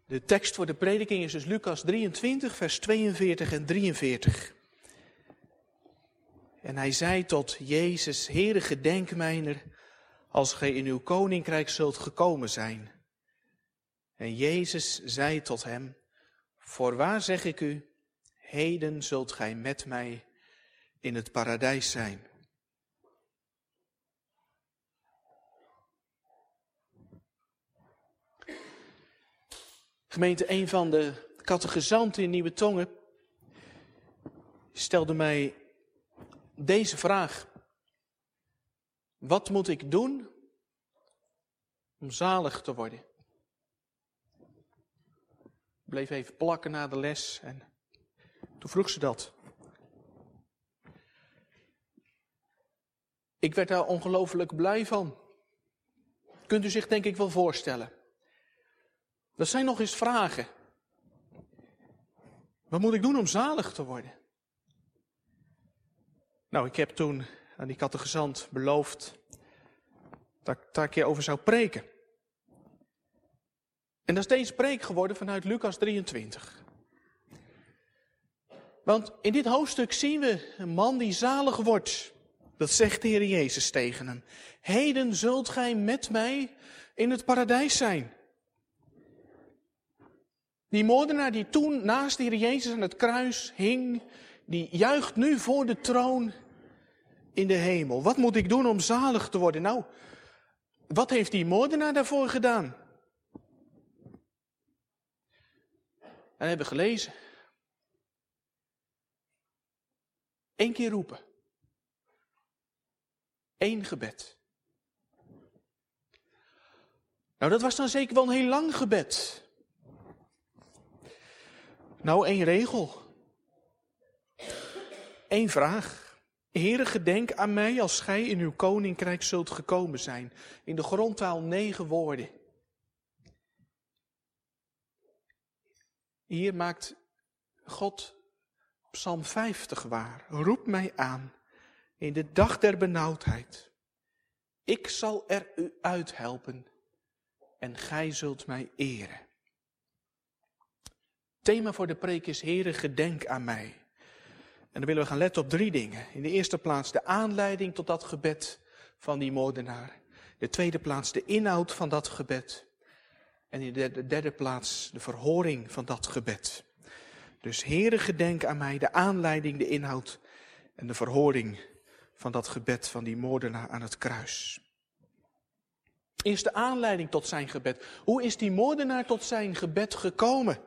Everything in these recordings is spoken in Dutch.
De tekst voor de prediking is dus Lucas 23, vers 42 en 43. En hij zei tot Jezus: Heere, gedenk mijner, als gij in uw koninkrijk zult gekomen zijn. En Jezus zei tot hem: Voorwaar zeg ik u, heden zult gij met mij in het paradijs zijn. Gemeente, een van de catechizanten in Nieuwe Tongen stelde mij deze vraag: wat moet ik doen om zalig te worden? Ik bleef even plakken na de les en toen vroeg ze dat. Ik werd daar ongelooflijk blij van. Kunt u zich denk ik wel voorstellen. Dat zijn nog eens vragen. Wat moet ik doen om zalig te worden? Nou, ik heb toen aan die catechizant beloofd dat ik daar een keer over zou preken. En dat is deze preek geworden vanuit Lucas 23. Want in dit hoofdstuk zien we een man die zalig wordt. Dat zegt de Heer Jezus tegen hem. Heden zult gij met mij in het paradijs zijn. Die moordenaar die toen naast de Heer Jezus aan het kruis hing, die juicht nu voor de troon in de hemel. Wat moet ik doen om zalig te worden? Nou, wat heeft die moordenaar daarvoor gedaan? En we hebben gelezen. 1 keer roepen. 1 gebed. Nou, dat was dan zeker wel een heel lang gebed. Nou, 1 regel. 1 vraag. Heere, gedenk aan mij als gij in uw koninkrijk zult gekomen zijn. In de grondtaal 9 woorden. Hier maakt God Psalm 50 waar. Roep mij aan in de dag der benauwdheid. Ik zal er u uithelpen en gij zult mij eren. Thema voor de preek is: Heere, gedenk aan mij. En dan willen we gaan letten op 3 dingen. In de eerste plaats de aanleiding tot dat gebed van die moordenaar. De tweede plaats de inhoud van dat gebed. En in de derde plaats de verhoring van dat gebed. Dus Heere, gedenk aan mij, de aanleiding, de inhoud en de verhoring van dat gebed van die moordenaar aan het kruis. Eerst de aanleiding tot zijn gebed. Hoe is die moordenaar tot zijn gebed gekomen?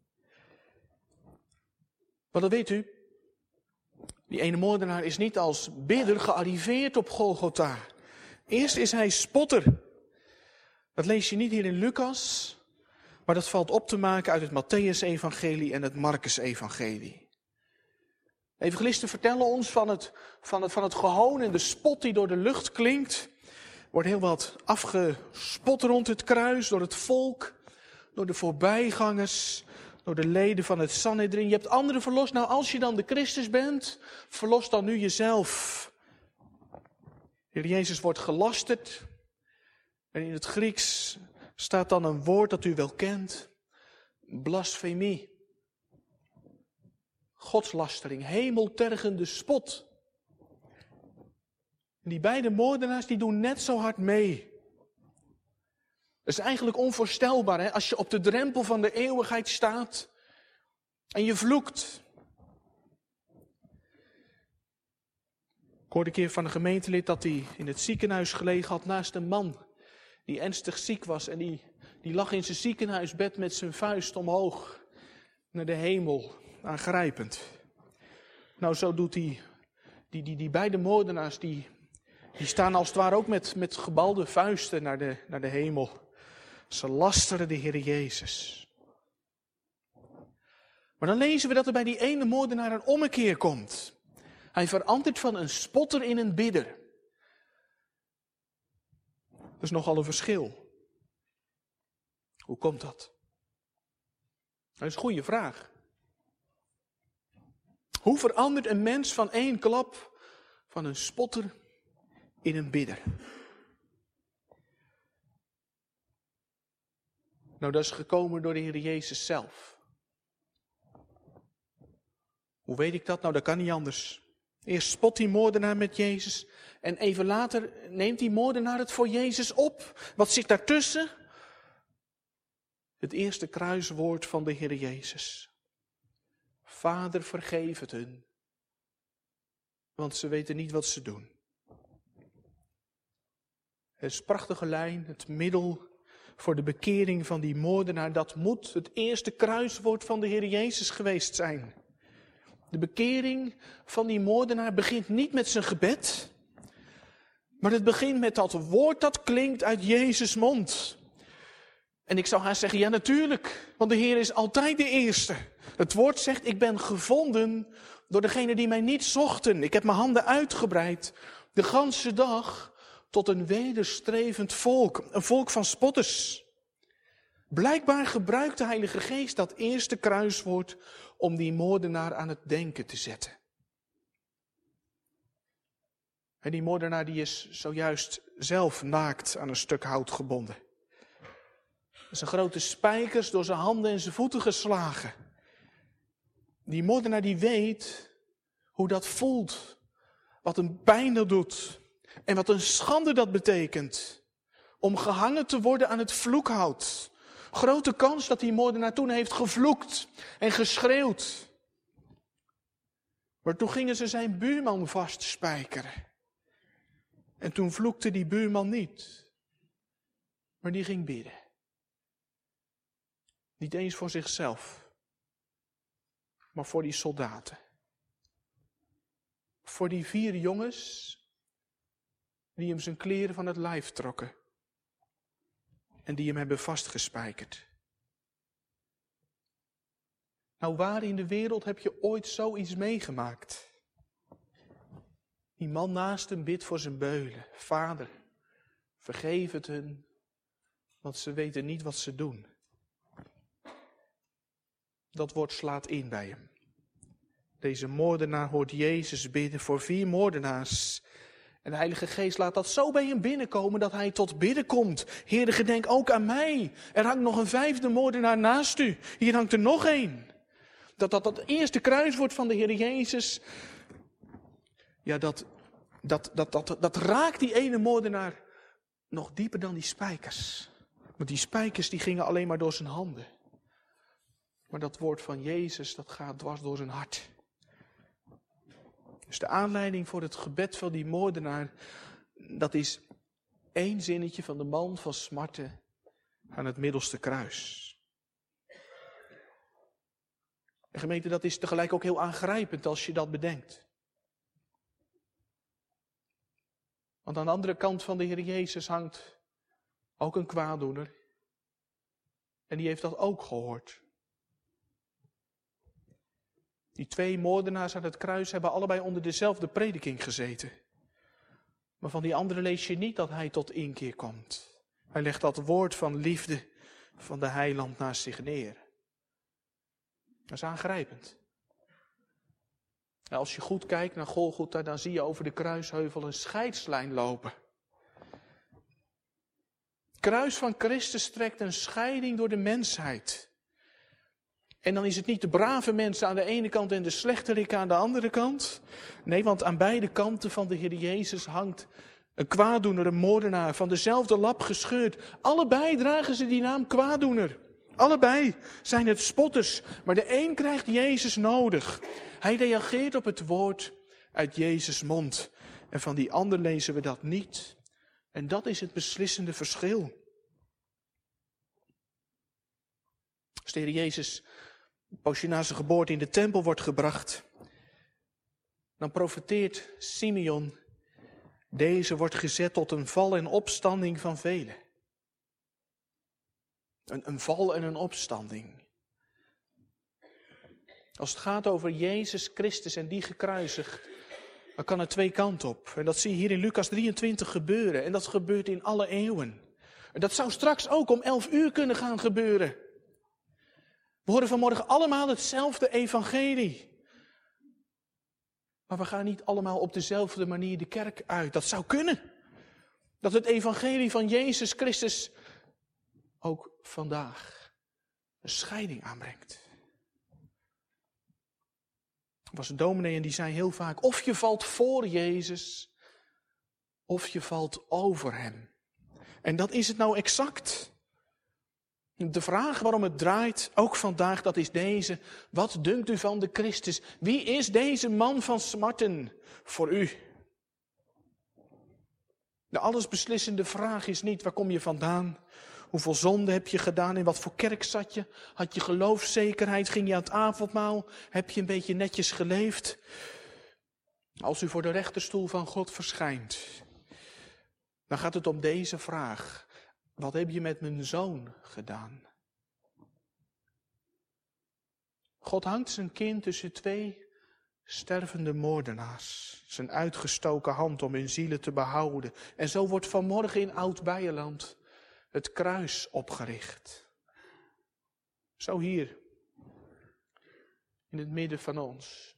Want dat weet u, die ene moordenaar is niet als bidder gearriveerd op Golgotha. Eerst is hij spotter. Dat lees je niet hier in Lucas, maar dat valt op te maken uit het Mattheüs-evangelie en het Marcus-evangelie. Evangelisten vertellen ons van het gehoon en de spot die door de lucht klinkt. Er wordt heel wat afgespot rond het kruis door het volk, door de voorbijgangers, door de leden van het Sanhedrin. Je hebt anderen verlost. Nou, als je dan de Christus bent, verlos dan nu jezelf. De Heer Jezus wordt gelasterd. En in het Grieks staat dan een woord dat u wel kent. Blasfemie. Godslastering, hemeltergende spot. En die beide moordenaars die doen net zo hard mee. Dat is eigenlijk onvoorstelbaar, hè? Als je op de drempel van de eeuwigheid staat en je vloekt. Ik hoorde een keer van een gemeentelid dat hij in het ziekenhuis gelegen had naast een man die ernstig ziek was. En die lag in zijn ziekenhuisbed met zijn vuist omhoog naar de hemel, aangrijpend. Nou, zo doet die beide moordenaars, die staan als het ware ook met gebalde vuisten naar de hemel. Ze lasteren de Heer Jezus. Maar dan lezen we dat er bij die ene moordenaar een ommekeer komt. Hij verandert van een spotter in een bidder. Dat is nogal een verschil. Hoe komt dat? Dat is een goede vraag. Hoe verandert een mens van 1 klap van een spotter in een bidder? Nou, dat is gekomen door de Heer Jezus zelf. Hoe weet ik dat? Nou, dat kan niet anders. Eerst spot die moordenaar met Jezus en even later neemt die moordenaar het voor Jezus op. Wat zit daartussen? Het eerste kruiswoord van de Heer Jezus. Vader, vergeef het hun, want ze weten niet wat ze doen. Het is een prachtige lijn, het middel voor de bekering van die moordenaar. Dat moet het eerste kruiswoord van de Heer Jezus geweest zijn. De bekering van die moordenaar begint niet met zijn gebed, maar het begint met dat woord dat klinkt uit Jezus' mond. En ik zou haar zeggen, ja natuurlijk, want de Heer is altijd de eerste. Het woord zegt, ik ben gevonden door degenen die mij niet zochten. Ik heb mijn handen uitgebreid de ganse dag tot een wederstrevend volk. Een volk van spotters. Blijkbaar gebruikt de Heilige Geest dat eerste kruiswoord om die moordenaar aan het denken te zetten. En die moordenaar die is zojuist zelf naakt aan een stuk hout gebonden. Zijn grote spijkers door zijn handen en zijn voeten geslagen. Die moordenaar die weet hoe dat voelt. Wat een pijn dat doet. En wat een schande dat betekent. Om gehangen te worden aan het vloekhout. Grote kans dat die moordenaar toen heeft gevloekt en geschreeuwd. Maar toen gingen ze zijn buurman vastspijkeren. En toen vloekte die buurman niet. Maar die ging bidden. Niet eens voor zichzelf, maar voor die soldaten. Voor die 4 jongens die hem zijn kleren van het lijf trokken. En die hem hebben vastgespijkerd. Nou, waar in de wereld heb je ooit zoiets meegemaakt? Die man naast hem bidt voor zijn beulen. Vader, vergeef het hun, want ze weten niet wat ze doen. Dat woord slaat in bij hem. Deze moordenaar hoort Jezus bidden voor 4 moordenaars. En de Heilige Geest laat dat zo bij hem binnenkomen dat hij tot bidden komt. Heere, gedenk ook aan mij. Er hangt nog een 5e moordenaar naast u. Hier hangt er nog 1. Dat eerste kruiswoord van de Heer Jezus. Ja, dat raakt die ene moordenaar nog dieper dan die spijkers. Want die spijkers die gingen alleen maar door zijn handen. Maar dat woord van Jezus, dat gaat dwars door zijn hart. Dus de aanleiding voor het gebed van die moordenaar, dat is 1 zinnetje van de man van smarten aan het middelste kruis. En gemeente, dat is tegelijk ook heel aangrijpend als je dat bedenkt. Want aan de andere kant van de Heer Jezus hangt ook een kwaaddoener. En die heeft dat ook gehoord. Die 2 moordenaars aan het kruis hebben allebei onder dezelfde prediking gezeten. Maar van die andere lees je niet dat hij tot inkeer komt. Hij legt dat woord van liefde van de heiland naast zich neer. Dat is aangrijpend. En als je goed kijkt naar Golgotha, dan zie je over de kruisheuvel een scheidslijn lopen. Het kruis van Christus trekt een scheiding door de mensheid. En dan is het niet de brave mensen aan de ene kant en de slechteriken aan de andere kant. Nee, want aan beide kanten van de Heer Jezus hangt een kwaaddoener, een moordenaar, van dezelfde lap gescheurd. Allebei dragen ze die naam kwaaddoener. Allebei zijn het spotters, maar de een krijgt Jezus nodig. Hij reageert op het woord uit Jezus' mond. En van die ander lezen we dat niet. En dat is het beslissende verschil. Als de Heer Jezus een poosje na zijn geboorte in de tempel wordt gebracht, dan profeteert Simeon, deze wordt gezet tot een val en opstanding van velen. Een val en een opstanding. Als het gaat over Jezus Christus en die gekruisigd, dan kan het 2 kanten op. En dat zie je hier in Lucas 23 gebeuren. En dat gebeurt in alle eeuwen. En dat zou straks ook om 11 uur kunnen gaan gebeuren. We horen vanmorgen allemaal hetzelfde evangelie. Maar we gaan niet allemaal op dezelfde manier de kerk uit. Dat zou kunnen. Dat het evangelie van Jezus Christus ook vandaag een scheiding aanbrengt. Er was een dominee en die zei heel vaak, of je valt voor Jezus, of je valt over hem. En dat is het nou exact. De vraag waarom het draait, ook vandaag, dat is deze. Wat dunkt u van de Christus? Wie is deze man van smarten voor u? De allesbeslissende vraag is niet, waar kom je vandaan? Hoeveel zonde heb je gedaan? In wat voor kerk zat je? Had je geloofszekerheid? Ging je aan het avondmaal? Heb je een beetje netjes geleefd? Als u voor de rechterstoel van God verschijnt, dan gaat het om deze vraag. Wat heb je met mijn zoon gedaan? God hangt zijn kind tussen twee stervende moordenaars. Zijn uitgestoken hand om hun zielen te behouden. En zo wordt vanmorgen in Oud-Beijerland het kruis opgericht. Zo hier, in het midden van ons.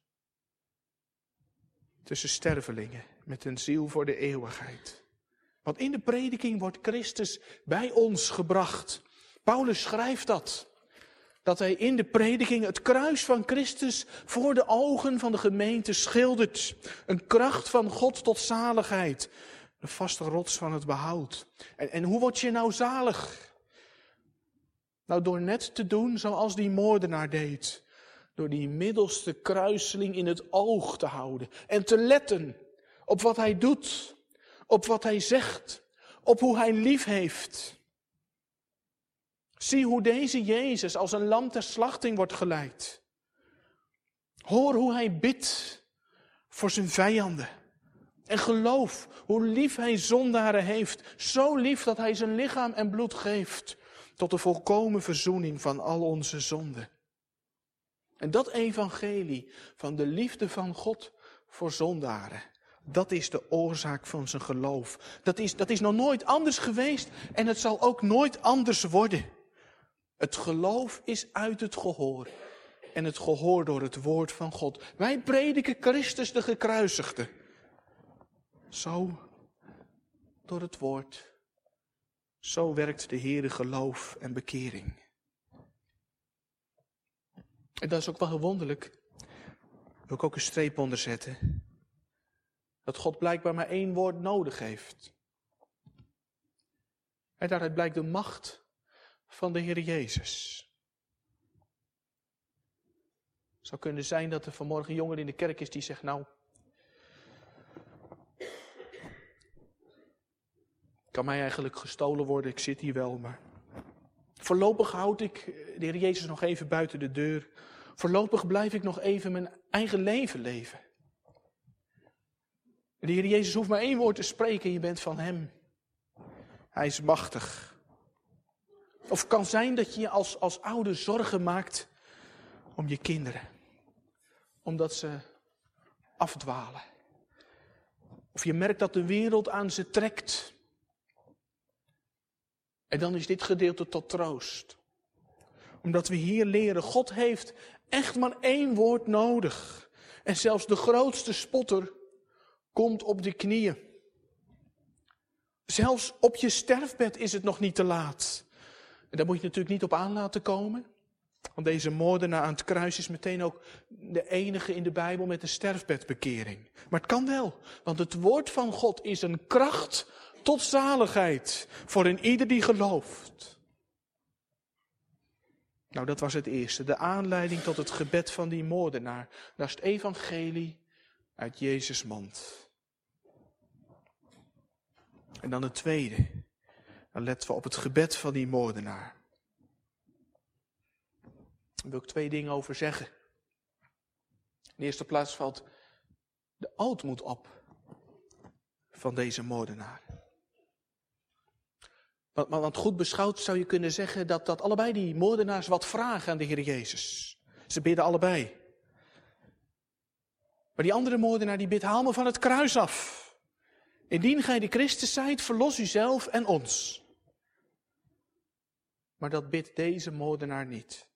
Tussen stervelingen, met een ziel voor de eeuwigheid. Want in de prediking wordt Christus bij ons gebracht. Paulus schrijft dat hij in de prediking het kruis van Christus voor de ogen van de gemeente schildert. Een kracht van God tot zaligheid. De vaste rots van het behoud. En hoe word je nou zalig? Nou, door net te doen zoals die moordenaar deed. Door die middelste kruiseling in het oog te houden. En te letten op wat hij doet. Op wat hij zegt. Op hoe hij lief heeft. Zie hoe deze Jezus als een lam ter slachting wordt geleid. Hoor hoe hij bidt voor zijn vijanden. En geloof hoe lief hij zondaren heeft. Zo lief dat hij zijn lichaam en bloed geeft. Tot de volkomen verzoening van al onze zonden. En dat evangelie van de liefde van God voor zondaren. Dat is de oorzaak van zijn geloof. Dat is nog nooit anders geweest en het zal ook nooit anders worden. Het geloof is uit het gehoor. En het gehoor door het woord van God. Wij prediken Christus de gekruisigde. Zo, door het woord. Zo werkt de Heere geloof en bekering. En dat is ook wel wonderlijk. Daar wil ik ook een streep onder zetten. Dat God blijkbaar maar één woord nodig heeft. En daaruit blijkt de macht van de Heer Jezus. Het zou kunnen zijn dat er vanmorgen een jongen in de kerk is die zegt, nou, kan mij eigenlijk gestolen worden, ik zit hier wel, maar voorlopig houd ik de Heer Jezus nog even buiten de deur. Voorlopig blijf ik nog even mijn eigen leven leven. De Heer Jezus hoeft maar één woord te spreken en je bent van Hem. Hij is machtig. Of het kan zijn dat je je als ouder zorgen maakt om je kinderen. Omdat ze afdwalen. Of je merkt dat de wereld aan ze trekt. En dan is dit gedeelte tot troost. Omdat we hier leren, God heeft echt maar één woord nodig. En zelfs de grootste spotter komt op de knieën. Zelfs op je sterfbed is het nog niet te laat. En daar moet je natuurlijk niet op aan laten komen. Want deze moordenaar aan het kruis is meteen ook de enige in de Bijbel met een sterfbedbekering. Maar het kan wel, want het woord van God is een kracht tot zaligheid voor een ieder die gelooft. Nou, dat was het eerste, de aanleiding tot het gebed van die moordenaar. Dat is het evangelie uit Jezus' mond. En dan het tweede, dan letten we op het gebed van die moordenaar. Daar wil ik twee dingen over zeggen. In de eerste plaats valt de ootmoed op van deze moordenaar. Want goed beschouwd zou je kunnen zeggen dat allebei die moordenaars wat vragen aan de Heer Jezus. Ze bidden allebei. Maar die andere moordenaar die bidt, haal me van het kruis af. Indien gij de Christus zijt, verlos uzelf en ons. Maar dat bidt deze moordenaar niet.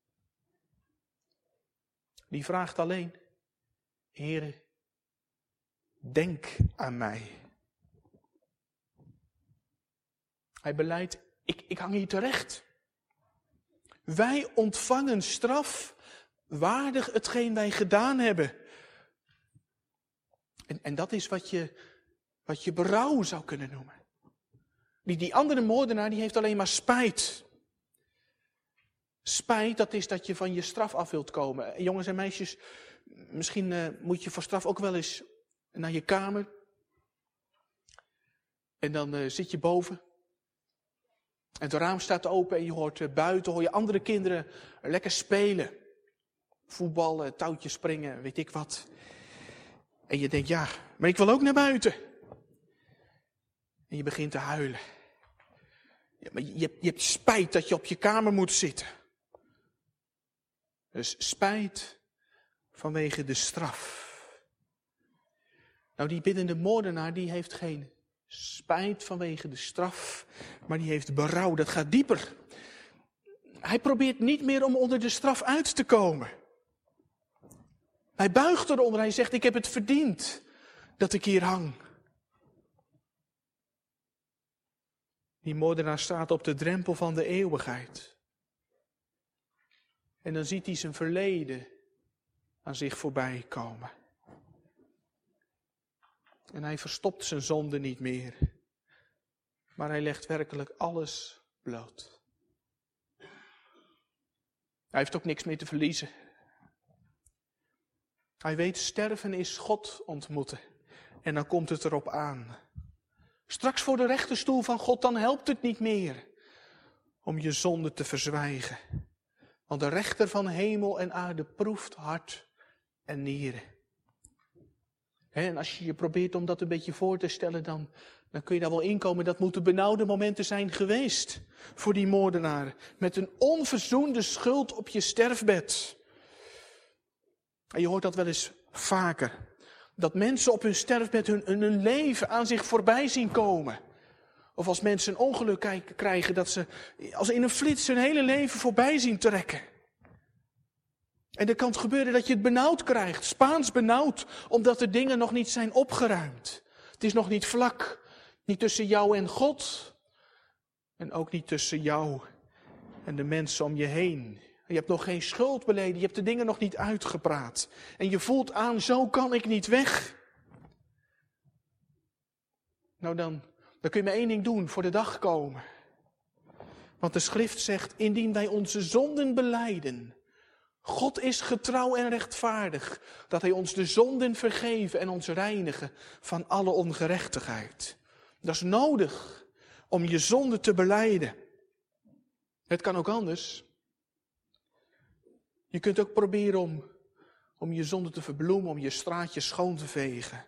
Die vraagt alleen, Heere, denk aan mij. Hij belijdt, ik hang hier terecht. Wij ontvangen straf waardig hetgeen wij gedaan hebben. En dat is wat je berouw zou kunnen noemen. Die andere moordenaar die heeft alleen maar spijt. Spijt, dat is dat je van je straf af wilt komen. En jongens en meisjes, misschien moet je voor straf ook wel eens naar je kamer. En dan zit je boven. En het raam staat open en je hoort buiten, hoor je andere kinderen lekker spelen. Voetbal, touwtjes springen, weet ik wat. En je denkt, ja, maar ik wil ook naar buiten. En je begint te huilen. Ja, maar je hebt spijt dat je op je kamer moet zitten. Dus spijt vanwege de straf. Nou, die biddende moordenaar, die heeft geen spijt vanwege de straf, maar die heeft berouw. Dat gaat dieper. Hij probeert niet meer om onder de straf uit te komen. Hij buigt eronder, hij zegt, ik heb het verdiend dat ik hier hang. Die moordenaar staat op de drempel van de eeuwigheid. En dan ziet hij zijn verleden aan zich voorbij komen. En hij verstopt zijn zonde niet meer. Maar hij legt werkelijk alles bloot. Hij heeft ook niks meer te verliezen. Hij weet, sterven is God ontmoeten. En dan komt het erop aan. Straks voor de rechterstoel van God, dan helpt het niet meer om je zonde te verzwijgen. Want de rechter van hemel en aarde proeft hart en nieren. En als je je probeert om dat een beetje voor te stellen, dan kun je daar wel inkomen. Dat moeten benauwde momenten zijn geweest voor die moordenaar. Met een onverzoende schuld op je sterfbed. En je hoort dat wel eens vaker. Dat mensen op hun sterfbed hun leven aan zich voorbij zien komen. Of als mensen een ongeluk krijgen, dat ze als in een flits hun hele leven voorbij zien trekken. En dan kan het gebeuren dat je het benauwd krijgt, Spaans benauwd, omdat de dingen nog niet zijn opgeruimd. Het is nog niet vlak, niet tussen jou en God. En ook niet tussen jou en de mensen om je heen. Je hebt nog geen schuld beleden, je hebt de dingen nog niet uitgepraat. En je voelt aan, zo kan ik niet weg. Nou dan kun je maar één ding doen, voor de dag komen. Want de schrift zegt, indien wij onze zonden belijden, God is getrouw en rechtvaardig, dat hij ons de zonden vergeven en ons reinigen van alle ongerechtigheid. Dat is nodig om je zonde te belijden. Het kan ook anders. Je kunt ook proberen om je zonde te verbloemen, om je straatje schoon te vegen.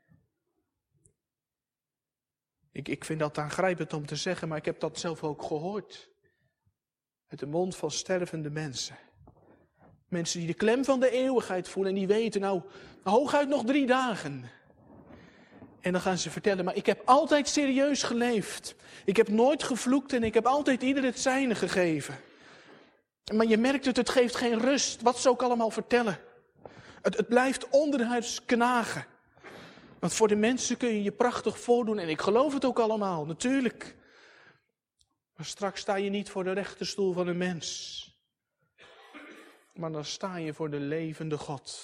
Ik vind dat aangrijpend om te zeggen, maar ik heb dat zelf ook gehoord. Uit de mond van stervende mensen. Mensen die de klem van de eeuwigheid voelen en die weten, nou, hooguit nog 3 dagen. En dan gaan ze vertellen, maar ik heb altijd serieus geleefd. Ik heb nooit gevloekt en ik heb altijd ieder het zijne gegeven. Maar je merkt het geeft geen rust, wat ze ook allemaal vertellen. Het blijft onderhuids knagen. Want voor de mensen kun je je prachtig voordoen en ik geloof het ook allemaal, natuurlijk. Maar straks sta je niet voor de rechterstoel van een mens. Maar dan sta je voor de levende God.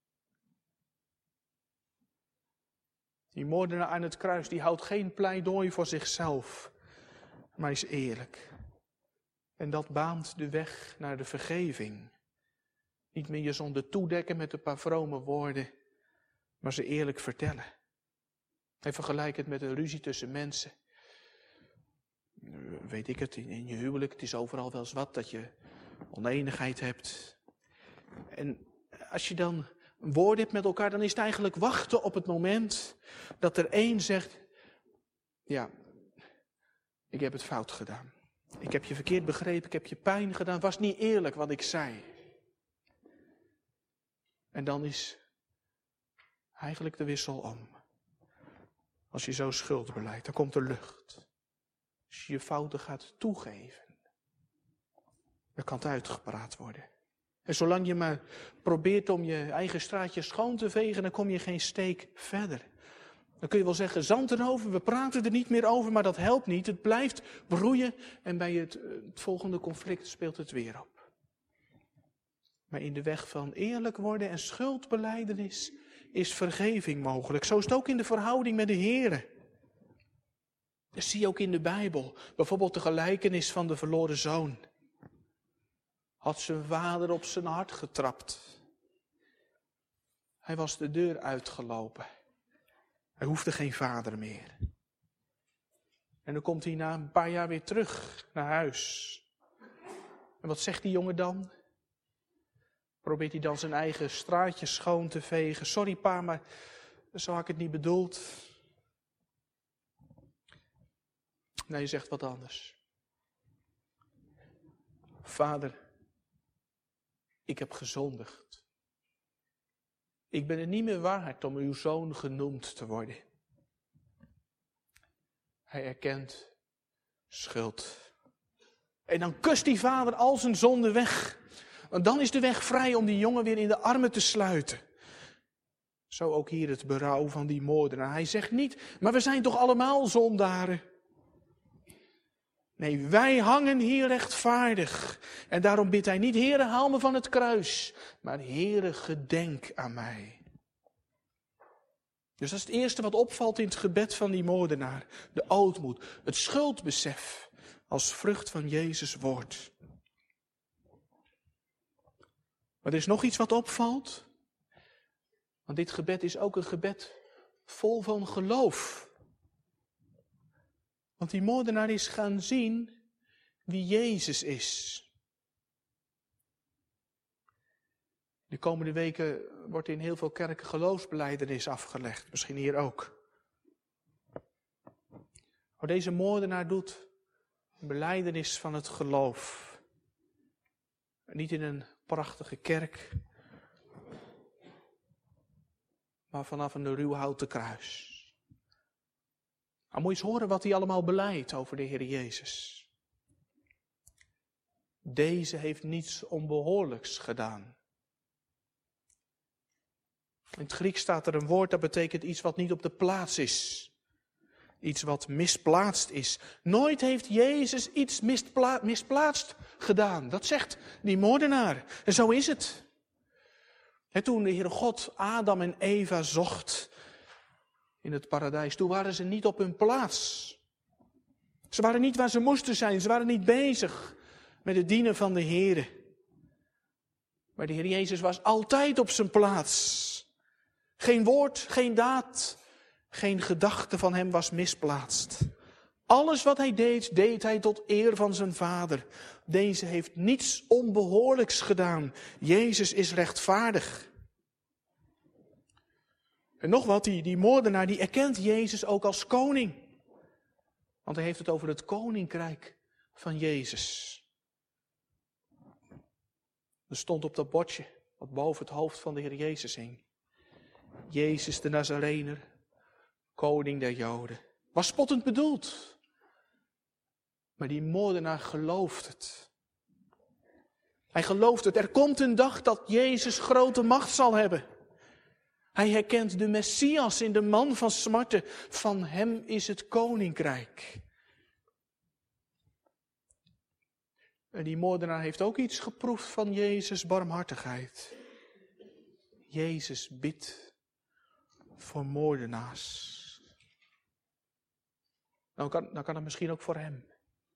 Die moordenaar aan het kruis, die houdt geen pleidooi voor zichzelf. Maar is eerlijk. En dat baant de weg naar de vergeving. Niet meer je zonde toedekken met een paar vrome woorden, maar ze eerlijk vertellen. En vergelijk het met een ruzie tussen mensen. Weet ik het, in je huwelijk, het is overal wel eens wat, dat je oneenigheid hebt. En als je dan een woord hebt met elkaar, dan is het eigenlijk wachten op het moment dat er één zegt, ja, ik heb het fout gedaan. Ik heb je verkeerd begrepen, ik heb je pijn gedaan, het was niet eerlijk wat ik zei. En dan is eigenlijk de wissel om. Als je zo schuld belijdt, dan komt er lucht. Als je je fouten gaat toegeven, dan kan het uitgepraat worden. En zolang je maar probeert om je eigen straatje schoon te vegen, dan kom je geen steek verder. Dan kun je wel zeggen, zand erover, we praten er niet meer over, maar dat helpt niet. Het blijft broeien en bij het volgende conflict speelt het weer op. Maar in de weg van eerlijk worden en schuldbelijdenis is vergeving mogelijk. Zo is het ook in de verhouding met de Heere. Dat zie je ook in de Bijbel. Bijvoorbeeld de gelijkenis van de verloren zoon. Had zijn vader op zijn hart getrapt. Hij was de deur uitgelopen. Hij hoefde geen vader meer. En dan komt hij na een paar jaar weer terug naar huis. En wat zegt die jongen dan? Probeert hij dan zijn eigen straatje schoon te vegen? Sorry pa, maar zo had ik het niet bedoeld. Nee, je zegt wat anders. Vader, ik heb gezondigd. Ik ben het niet meer waard om uw zoon genoemd te worden. Hij erkent schuld. En dan kust die vader al zijn zonde weg. Want dan is de weg vrij om die jongen weer in de armen te sluiten. Zo ook hier het berouw van die moordenaar. Hij zegt niet, maar we zijn toch allemaal zondaren. Nee, wij hangen hier rechtvaardig. En daarom bidt hij niet, Heere, haal me van het kruis. Maar Heere, gedenk aan mij. Dus dat is het eerste wat opvalt in het gebed van die moordenaar. De ootmoed, het schuldbesef als vrucht van Jezus' woord. Maar er is nog iets wat opvalt. Want dit gebed is ook een gebed vol van geloof. Want die moordenaar is gaan zien wie Jezus is. De komende weken wordt in heel veel kerken geloofsbelijdenis afgelegd. Misschien hier ook. Maar deze moordenaar doet een belijdenis van het geloof. Niet in een prachtige kerk, maar vanaf een ruwhouten kruis. Nou, moet je eens horen wat hij allemaal belijdt over de Heer Jezus. Deze heeft niets onbehoorlijks gedaan. In het Grieks staat er een woord dat betekent iets wat niet op de plaats is. Iets wat misplaatst is. Nooit heeft Jezus iets misplaatst gedaan. Dat zegt die moordenaar. En zo is het. Toen de Heere God Adam en Eva zocht in het paradijs, toen waren ze niet op hun plaats. Ze waren niet waar ze moesten zijn. Ze waren niet bezig met het dienen van de Heere. Maar de Heer Jezus was altijd op zijn plaats. Geen woord, geen daad, geen gedachte van hem was misplaatst. Alles wat hij deed, deed hij tot eer van zijn Vader. Deze heeft niets onbehoorlijks gedaan. Jezus is rechtvaardig. En nog wat, die moordenaar, die erkent Jezus ook als koning. Want hij heeft het over het koninkrijk van Jezus. Er stond op dat bordje, wat boven het hoofd van de Heer Jezus hing. Jezus de Nazarener, koning der Joden. Was spottend bedoeld. Maar die moordenaar gelooft het. Hij gelooft het. Er komt een dag dat Jezus grote macht zal hebben. Hij herkent de Messias in de man van smarten. Van hem is het koninkrijk. En die moordenaar heeft ook iets geproefd van Jezus' barmhartigheid. Jezus bidt voor moordenaars. Dan kan het misschien ook voor hem.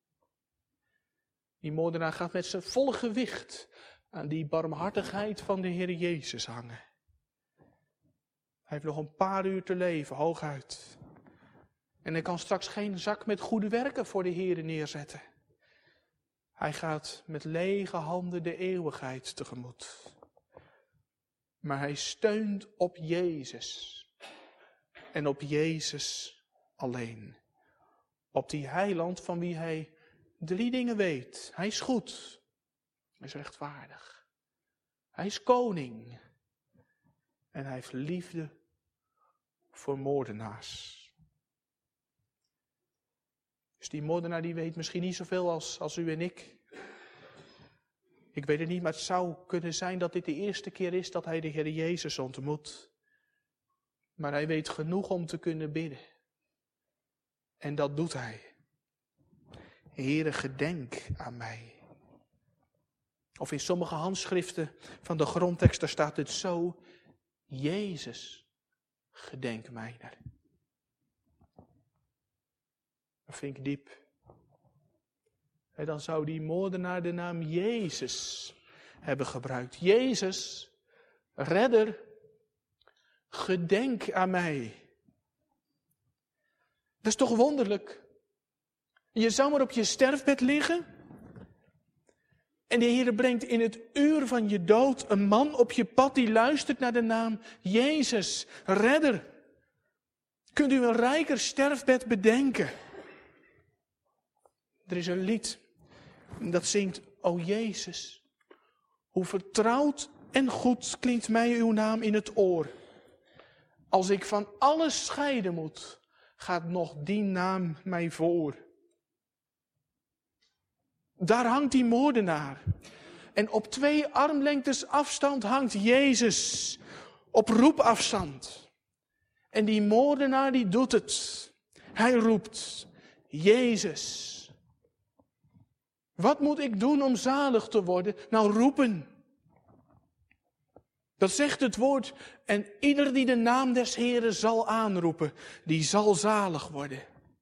Die moordenaar gaat met zijn volle gewicht aan die barmhartigheid van de Heer Jezus hangen. Hij heeft nog een paar uur te leven, hooguit. En hij kan straks geen zak met goede werken voor de Heer neerzetten. Hij gaat met lege handen de eeuwigheid tegemoet. Maar hij steunt op Jezus. En op Jezus alleen. Op die heiland van wie hij 3 dingen weet. Hij is goed. Hij is rechtvaardig. Hij is koning. En hij heeft liefde voor moordenaars. Dus die moordenaar die weet misschien niet zoveel als u en ik. Ik weet het niet, maar het zou kunnen zijn dat dit de eerste keer is dat hij de Heer Jezus ontmoet. Maar hij weet genoeg om te kunnen bidden. En dat doet hij. Heere, gedenk aan mij. Of in sommige handschriften van de grondtekst, daar staat het zo: Jezus, gedenk mijner. Dat vind ik diep. En dan zou die moordenaar de naam Jezus hebben gebruikt. Jezus, redder, gedenk aan mij. Dat is toch wonderlijk? Je zou maar op je sterfbed liggen. En de Heer brengt in het uur van je dood een man op je pad die luistert naar de naam Jezus, redder. Kunt u een rijker sterfbed bedenken? Er is een lied dat zingt: O Jezus, hoe vertrouwd en goed klinkt mij uw naam in het oor. Als ik van alles scheiden moet, gaat nog die naam mij voor. Daar hangt die moordenaar. En op 2 armlengtes afstand hangt Jezus. Op roepafstand. En die moordenaar die doet het. Hij roept: Jezus. Wat moet ik doen om zalig te worden? Nou, roepen. Dat zegt het woord. En ieder die de naam des Heeren zal aanroepen, die zal zalig worden.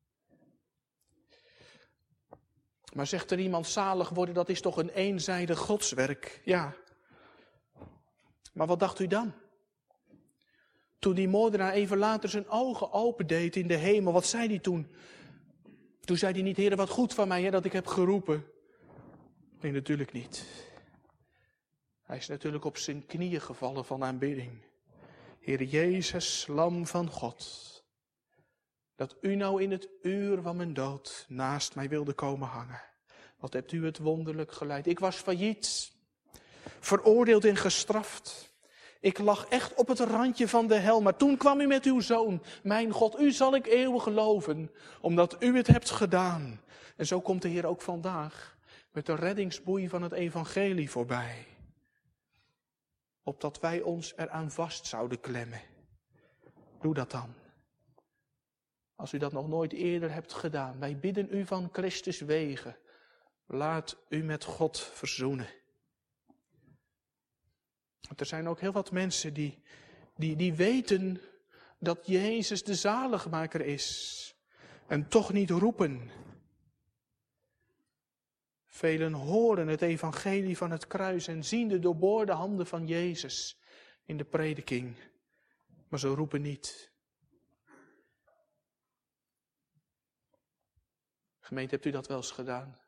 Maar zegt er iemand: zalig worden, dat is toch een eenzijdig godswerk? Ja. Maar wat dacht u dan? Toen die moordenaar even later zijn ogen opendeed in de hemel, wat zei hij toen? Toen zei hij niet: Heere, wat goed van mij hè, dat ik heb geroepen. Nee, natuurlijk niet. Hij is natuurlijk op zijn knieën gevallen van aanbidding. Heere Jezus, Lam van God, dat u nou in het uur van mijn dood naast mij wilde komen hangen. Wat hebt u het wonderlijk geleid. Ik was failliet, veroordeeld en gestraft. Ik lag echt op het randje van de hel, maar toen kwam u met uw zoon. Mijn God, u zal ik eeuwig geloven, omdat u het hebt gedaan. En zo komt de Heer ook vandaag met de reddingsboei van het evangelie voorbij. Opdat wij ons eraan vast zouden klemmen. Doe dat dan. Als u dat nog nooit eerder hebt gedaan. Wij bidden u van Christus wegen. Laat u met God verzoenen. Want er zijn ook heel wat mensen die weten dat Jezus de zaligmaker is. En toch niet roepen. Velen horen het evangelie van het kruis en zien de doorboorde handen van Jezus in de prediking. Maar ze roepen niet. Gemeente, hebt u dat wel eens gedaan?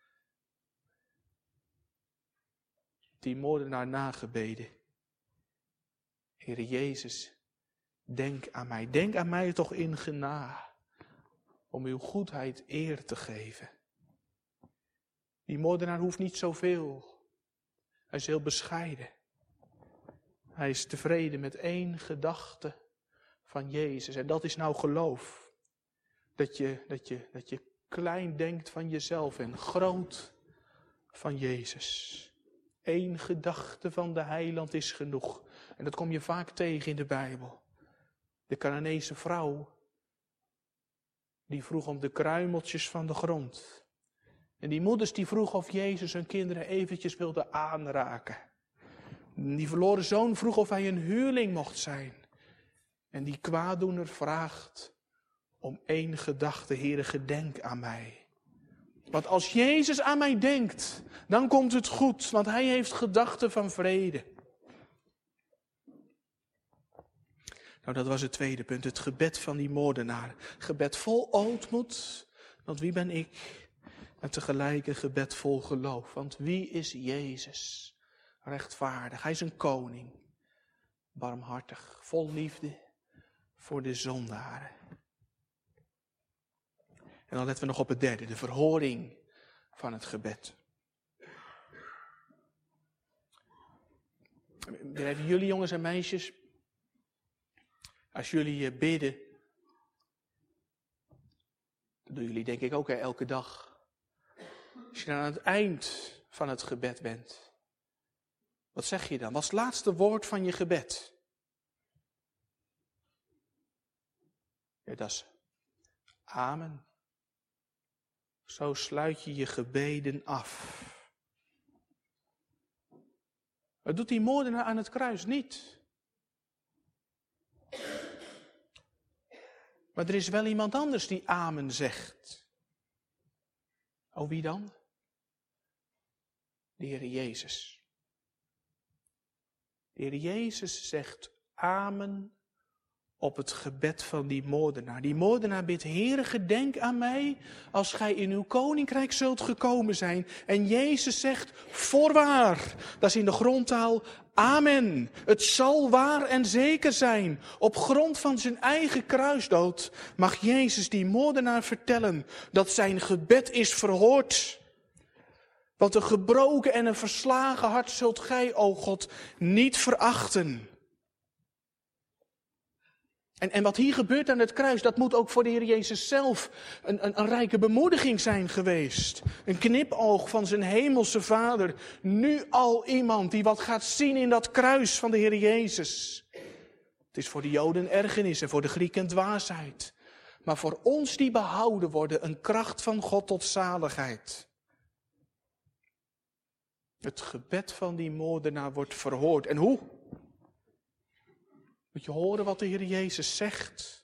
Die moordenaar nagebeden. Heere Jezus, denk aan mij. Denk aan mij toch in genade. Om uw goedheid eer te geven. Die moordenaar hoeft niet zoveel. Hij is heel bescheiden. Hij is tevreden met 1 gedachte van Jezus. En dat is nou geloof. Dat je klein denkt van jezelf en groot van Jezus. 1 gedachte van de heiland is genoeg. En dat kom je vaak tegen in de Bijbel. De Canaanese vrouw, die vroeg om de kruimeltjes van de grond. En die moeders die vroegen of Jezus hun kinderen eventjes wilde aanraken. Die verloren zoon vroeg of hij een huurling mocht zijn. En die kwaaddoener vraagt om 1 gedachte: Heere, gedenk aan mij. Want als Jezus aan mij denkt, dan komt het goed, want hij heeft gedachten van vrede. Nou, dat was het tweede punt, het gebed van die moordenaar. Gebed vol ootmoed, want wie ben ik? En tegelijk een gebed vol geloof, want wie is Jezus? Rechtvaardig, hij is een koning. Barmhartig, vol liefde voor de zondaren. En dan letten we nog op het derde, de verhoring van het gebed. Even jullie jongens en meisjes, als jullie bidden, dat doen jullie denk ik ook elke dag. Als je dan aan het eind van het gebed bent, wat zeg je dan? Wat is het laatste woord van je gebed? Ja, dat is amen. Zo sluit je je gebeden af. Dat doet die moordenaar aan het kruis niet. Maar er is wel iemand anders die amen zegt. Oh, wie dan? De Heer Jezus. De Heer Jezus zegt amen op het gebed van die moordenaar. Die moordenaar bidt, Heere, gedenk aan mij als gij in uw koninkrijk zult gekomen zijn. En Jezus zegt, voorwaar, dat is in de grondtaal, amen. Het zal waar en zeker zijn. Op grond van zijn eigen kruisdood mag Jezus die moordenaar vertellen dat zijn gebed is verhoord. Want een gebroken en een verslagen hart zult gij, o God, niet verachten. En wat hier gebeurt aan het kruis, dat moet ook voor de Heer Jezus zelf een rijke bemoediging zijn geweest. Een knipoog van zijn hemelse Vader. Nu al iemand die wat gaat zien in dat kruis van de Heer Jezus. Het is voor de Joden ergernis en voor de Grieken dwaasheid. Maar voor ons die behouden worden, een kracht van God tot zaligheid. Het gebed van die moordenaar wordt verhoord. En hoe? Moet je horen wat de Heer Jezus zegt.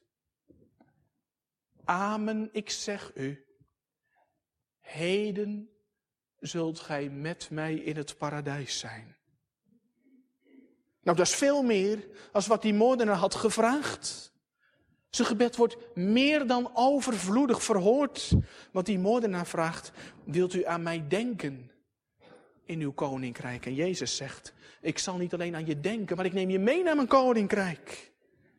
Amen, ik zeg u. Heden zult gij met mij in het paradijs zijn. Nou, dat is veel meer als wat die moordenaar had gevraagd. Zijn gebed wordt meer dan overvloedig verhoord. Want die moordenaar vraagt, wilt u aan mij denken in uw koninkrijk? En Jezus zegt, ik zal niet alleen aan je denken, maar ik neem je mee naar mijn koninkrijk.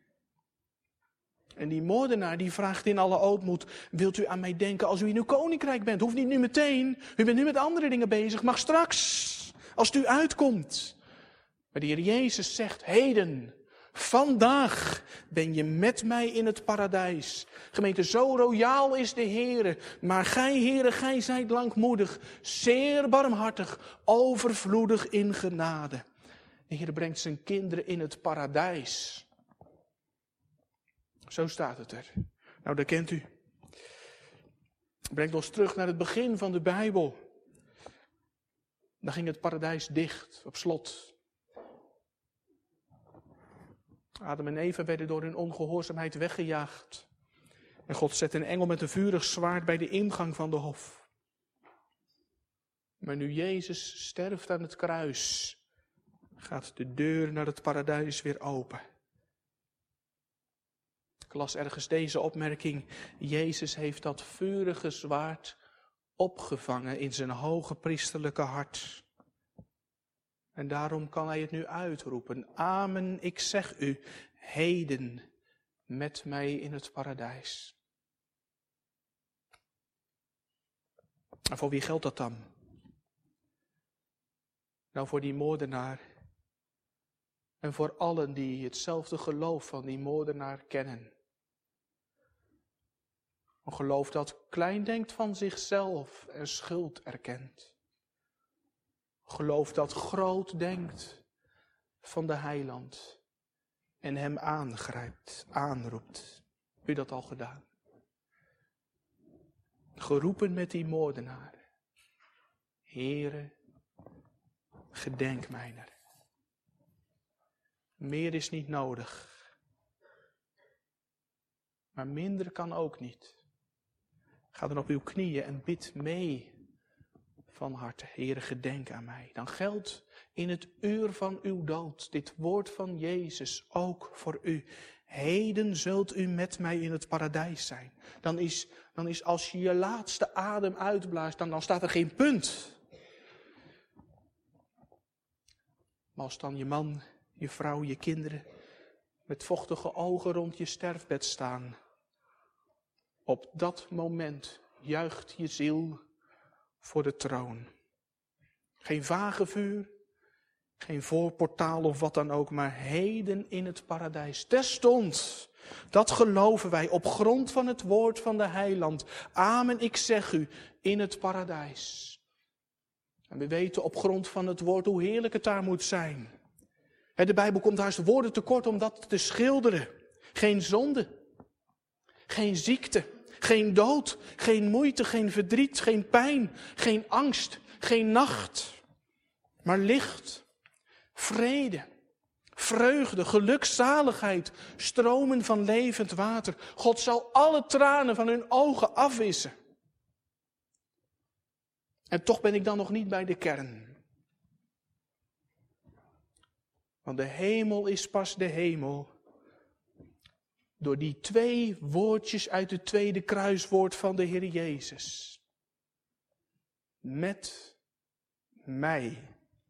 En die moordenaar die vraagt in alle ootmoed, wilt u aan mij denken als u in uw koninkrijk bent? Hoeft niet nu meteen, u bent nu met andere dingen bezig, mag straks, als het u uitkomt. Maar de Heer Jezus zegt, heden, vandaag ben je met mij in het paradijs. Gemeente, zo royaal is de Heere. Maar gij, Heere, gij zijt langmoedig, zeer barmhartig, overvloedig in genade. De Heer brengt zijn kinderen in het paradijs. Zo staat het er. Nou, dat kent u. Brengt ons terug naar het begin van de Bijbel. Dan ging het paradijs dicht, op slot. Adam en Eva werden door hun ongehoorzaamheid weggejaagd. En God zet een engel met een vurig zwaard bij de ingang van de hof. Maar nu Jezus sterft aan het kruis, gaat de deur naar het paradijs weer open. Ik las ergens deze opmerking. Jezus heeft dat vurige zwaard opgevangen in zijn hoge priesterlijke hart. En daarom kan hij het nu uitroepen. Amen, ik zeg u, heden met mij in het paradijs. En voor wie geldt dat dan? Nou, voor die moordenaar. En voor allen die hetzelfde geloof van die moordenaar kennen. Een geloof dat klein denkt van zichzelf en schuld erkent. Geloof dat groot denkt van de Heiland en hem aangrijpt, aanroept. Heb u dat al gedaan? Geroepen met die moordenaar. Heere, gedenk mijner. Meer is niet nodig. Maar minder kan ook niet. Ga dan op uw knieën en bid mee van harte. Heere, gedenk aan mij. Dan geldt in het uur van uw dood dit woord van Jezus ook voor u. Heden zult u met mij in het paradijs zijn. Dan is als je je laatste adem uitblaast, dan staat er geen punt. Maar als dan je man, je vrouw, je kinderen met vochtige ogen rond je sterfbed staan. Op dat moment juicht je ziel voor de troon. Geen vagevuur, geen voorportaal of wat dan ook, maar heden in het paradijs. Terstond, dat geloven wij op grond van het woord van de Heiland. Amen, ik zeg u, in het paradijs. En we weten op grond van het woord hoe heerlijk het daar moet zijn. De Bijbel komt haast woorden tekort om dat te schilderen. Geen zonde, geen ziekte, geen dood, geen moeite, geen verdriet, geen pijn, geen angst, geen nacht. Maar licht, vrede, vreugde, gelukzaligheid, stromen van levend water. God zal alle tranen van hun ogen afwissen. En toch ben ik dan nog niet bij de kern. Want de hemel is pas de hemel door die 2 woordjes uit het tweede kruiswoord van de Heer Jezus. Met mij.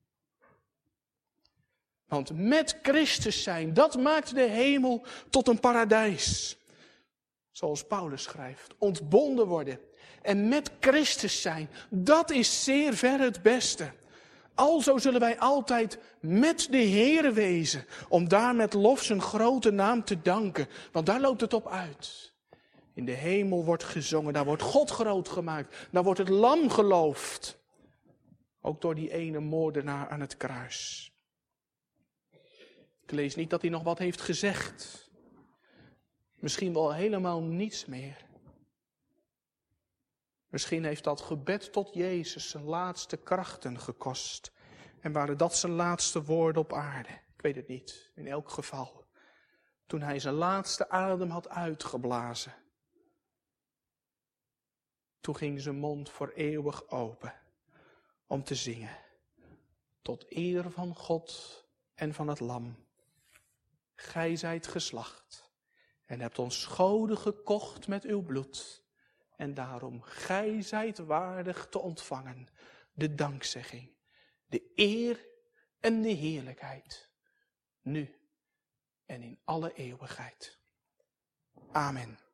Want met Christus zijn, dat maakt de hemel tot een paradijs. Zoals Paulus schrijft, ontbonden worden. En met Christus zijn, dat is zeer ver het beste. Alzo zullen wij altijd met de Heere wezen, om daar met lof zijn grote naam te danken. Want daar loopt het op uit. In de hemel wordt gezongen, daar wordt God groot gemaakt. Daar wordt het lam geloofd. Ook door die ene moordenaar aan het kruis. Ik lees niet dat hij nog wat heeft gezegd. Misschien wel helemaal niets meer. Misschien heeft dat gebed tot Jezus zijn laatste krachten gekost. En waren dat zijn laatste woorden op aarde? Ik weet het niet, in elk geval. Toen hij zijn laatste adem had uitgeblazen. Toen ging zijn mond voor eeuwig open. Om te zingen. Tot eer van God en van het lam. Gij zijt geslacht. En hebt ons goden gekocht met uw bloed. En daarom, gij zijt waardig te ontvangen de dankzegging, de eer en de heerlijkheid, nu en in alle eeuwigheid. Amen.